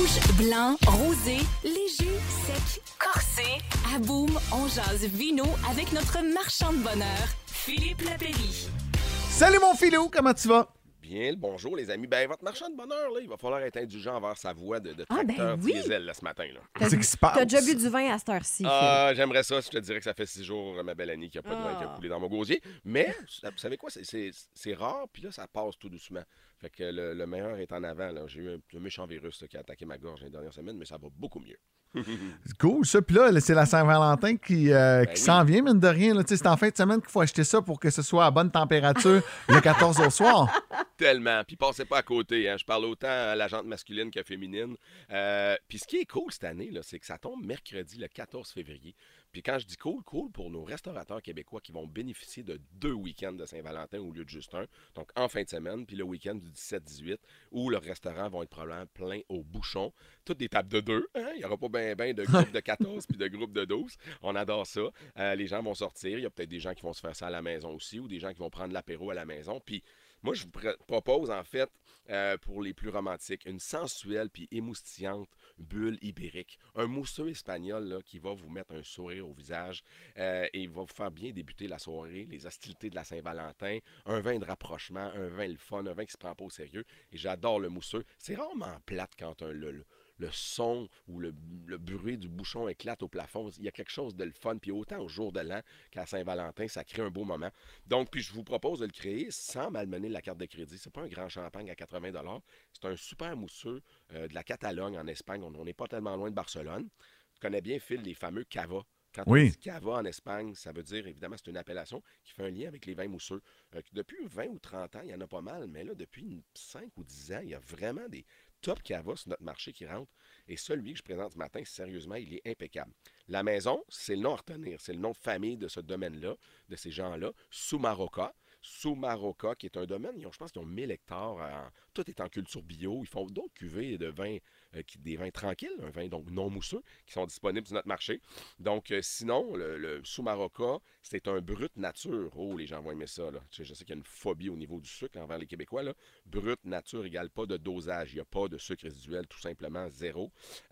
Rouge, blanc, rosé, léger, sec, corsé. À Boom, on jase vino avec notre marchand de bonheur, Philippe Lapéry. Salut mon Philou, comment tu vas? Bien, le bonjour les amis. Ben, votre marchand de bonheur, là, il va falloir être indulgent envers sa voix de Ah, tracteur ben oui. diesel là, ce matin. Là. Qu'est-ce qui se passe? T'as déjà bu du vin à cette heure-ci, J'aimerais ça. Je te dirais que ça fait 6 jours, ma belle Annie, qu'il n'y a pas de vin qui a coulé dans mon gosier. Mais, vous savez quoi? C'est rare, puis là, ça passe tout doucement. Fait que le meilleur est en avant. Là. J'ai eu un méchant virus là, qui a attaqué ma gorge les dernières semaines, mais ça va beaucoup mieux. C'est cool, ça. Puis là, c'est la Saint-Valentin qui s'en vient, mine de rien. Là. C'est en fin de semaine qu'il faut acheter ça pour que ce soit à bonne température le 14 au soir. Tellement. Puis passez pas à côté. Hein. Je parle autant à la jante masculine que féminine. Puis ce qui est cool cette année, là, c'est que ça tombe mercredi le 14 février. Puis quand je dis cool pour nos restaurateurs québécois qui vont bénéficier de 2 week-ends de Saint-Valentin au lieu de juste un. Donc en fin de semaine, puis le week-end du 17-18, où leurs restaurants vont être probablement pleins au bouchon. Toutes des tables de 2. Hein? Il n'y aura pas ben de groupes de 14 puis de groupes de 12. On adore ça. Les gens vont sortir. Il y a peut-être des gens qui vont se faire ça à la maison aussi ou des gens qui vont prendre l'apéro à la maison. Puis moi, je vous propose, en fait, pour les plus romantiques, une sensuelle puis émoustillante bulle ibérique. Un mousseux espagnol là, qui va vous mettre un sourire au visage et il va vous faire bien débuter la soirée, les hostilités de la Saint-Valentin, un vin de rapprochement, un vin le fun, un vin qui se prend pas au sérieux. Et j'adore le mousseux. C'est rarement plate quand le son ou le bruit du bouchon éclate au plafond. Il y a quelque chose de le fun. Puis autant au jour de l'an qu'à Saint-Valentin, ça crée un beau moment. Donc, puis je vous propose de le créer sans malmener la carte de crédit. C'est pas un grand champagne à 80 $. C'est un super mousseux de la Catalogne en Espagne. On n'est pas tellement loin de Barcelone. Tu connais bien, Phil, les fameux cava. Quand on dit cava en Espagne, ça veut dire, évidemment, c'est une appellation qui fait un lien avec les vins mousseux. Depuis 20 ou 30 ans, il y en a pas mal, mais là, depuis 5 ou 10 ans, il y a vraiment des top cava sur notre marché qui rentre. Et celui que je présente ce matin, sérieusement, il est impeccable. La maison, c'est le nom à retenir. C'est le nom de famille de ce domaine-là, de ces gens-là. Soumaroca. Soumaroca, qui est un domaine, je pense qu'ils ont 1000 hectares. Tout est en culture bio. Ils font d'autres cuvées de vins, des vins tranquilles, un vin donc non mousseux, qui sont disponibles sur notre marché. Donc, sinon, le Soumaroca, c'est un brut nature. Oh, les gens vont aimer ça. Là. Je sais qu'il y a une phobie au niveau du sucre envers les Québécois. Là. Brut nature égale pas de dosage. Il n'y a pas de sucre résiduel, tout simplement zéro.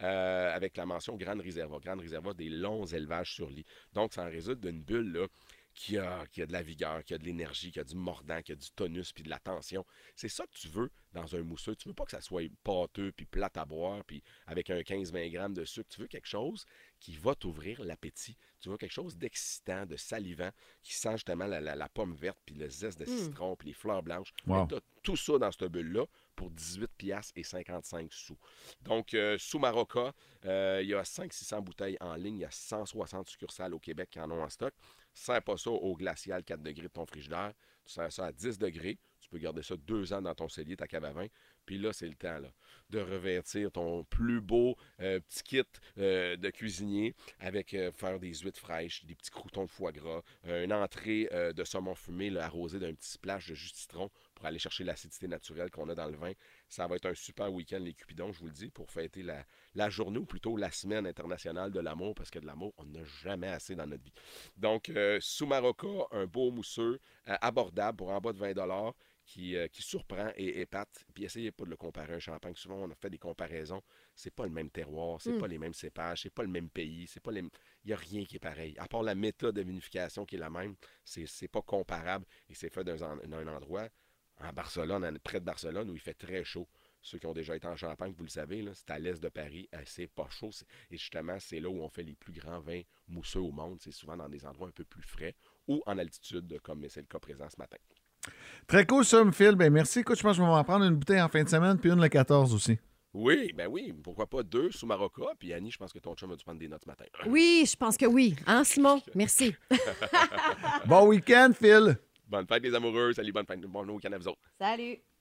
Avec la mention Grande Réserva. Grande Réserva, des longs élevages sur lit. Donc, ça en résulte d'une bulle, là, qui a de la vigueur, qui a de l'énergie, qui a du mordant, qui a du tonus puis de la tension. C'est ça que tu veux dans un mousseux. Tu veux pas que ça soit pâteux puis plate à boire puis avec un 15-20 grammes de sucre. Tu veux quelque chose qui va t'ouvrir l'appétit. Tu veux quelque chose d'excitant, de salivant, qui sent justement la pomme verte puis le zeste de citron puis les fleurs blanches. Wow. Tu as tout ça dans cette bulle-là pour 18 piastres et 55 sous. Donc, Soumaroca, il y a 500-600 bouteilles en ligne. Il y a 160 succursales au Québec qui en ont en stock. Sers pas ça au glacial 4 degrés de ton frigidaire. Tu sers ça à 10 degrés. Tu peux garder ça 2 ans dans ton cellier, ta cave à vin. Puis là, c'est le temps là, de revêtir ton plus beau petit kit de cuisinier avec faire des huîtres fraîches, des petits croûtons de foie gras, une entrée de saumon fumé là, arrosé d'un petit splash de jus de citron pour aller chercher l'acidité naturelle qu'on a dans le vin. Ça va être un super week-end, les Cupidons, je vous le dis, pour fêter la journée ou plutôt la semaine internationale de l'amour, parce que de l'amour, on n'a jamais assez dans notre vie. Donc, Soumaroca, un beau mousseux abordable pour en bas de 20 $. Qui surprend et épate. Puis essayez pas de le comparer à un champagne. Souvent, on a fait des comparaisons. C'est pas le même terroir, c'est pas les mêmes cépages, c'est pas le même pays, c'est pas les... Il n'y a rien qui est pareil. À part la méthode de vinification qui est la même, c'est pas comparable. Et c'est fait dans un endroit, en Barcelone, près de Barcelone, où il fait très chaud. Ceux qui ont déjà été en Champagne, vous le savez, là, c'est à l'est de Paris, c'est pas chaud. Et justement, c'est là où on fait les plus grands vins mousseux au monde. C'est souvent dans des endroits un peu plus frais ou en altitude, comme c'est le cas présent ce matin. Très cool ça, Phil. Ben merci. Écoute, je pense que je vais m'en prendre une bouteille en fin de semaine puis une le 14 aussi. Oui, ben oui. Pourquoi pas 2 Soumaroca? Puis Annie, je pense que ton chum a dû prendre des notes ce matin. Oui, je pense que oui. Hein, Simon? Merci. Bon week-end, Phil. Bonne fête les amoureux. Salut, bonne fête. Bon week-end à vous autres. Salut.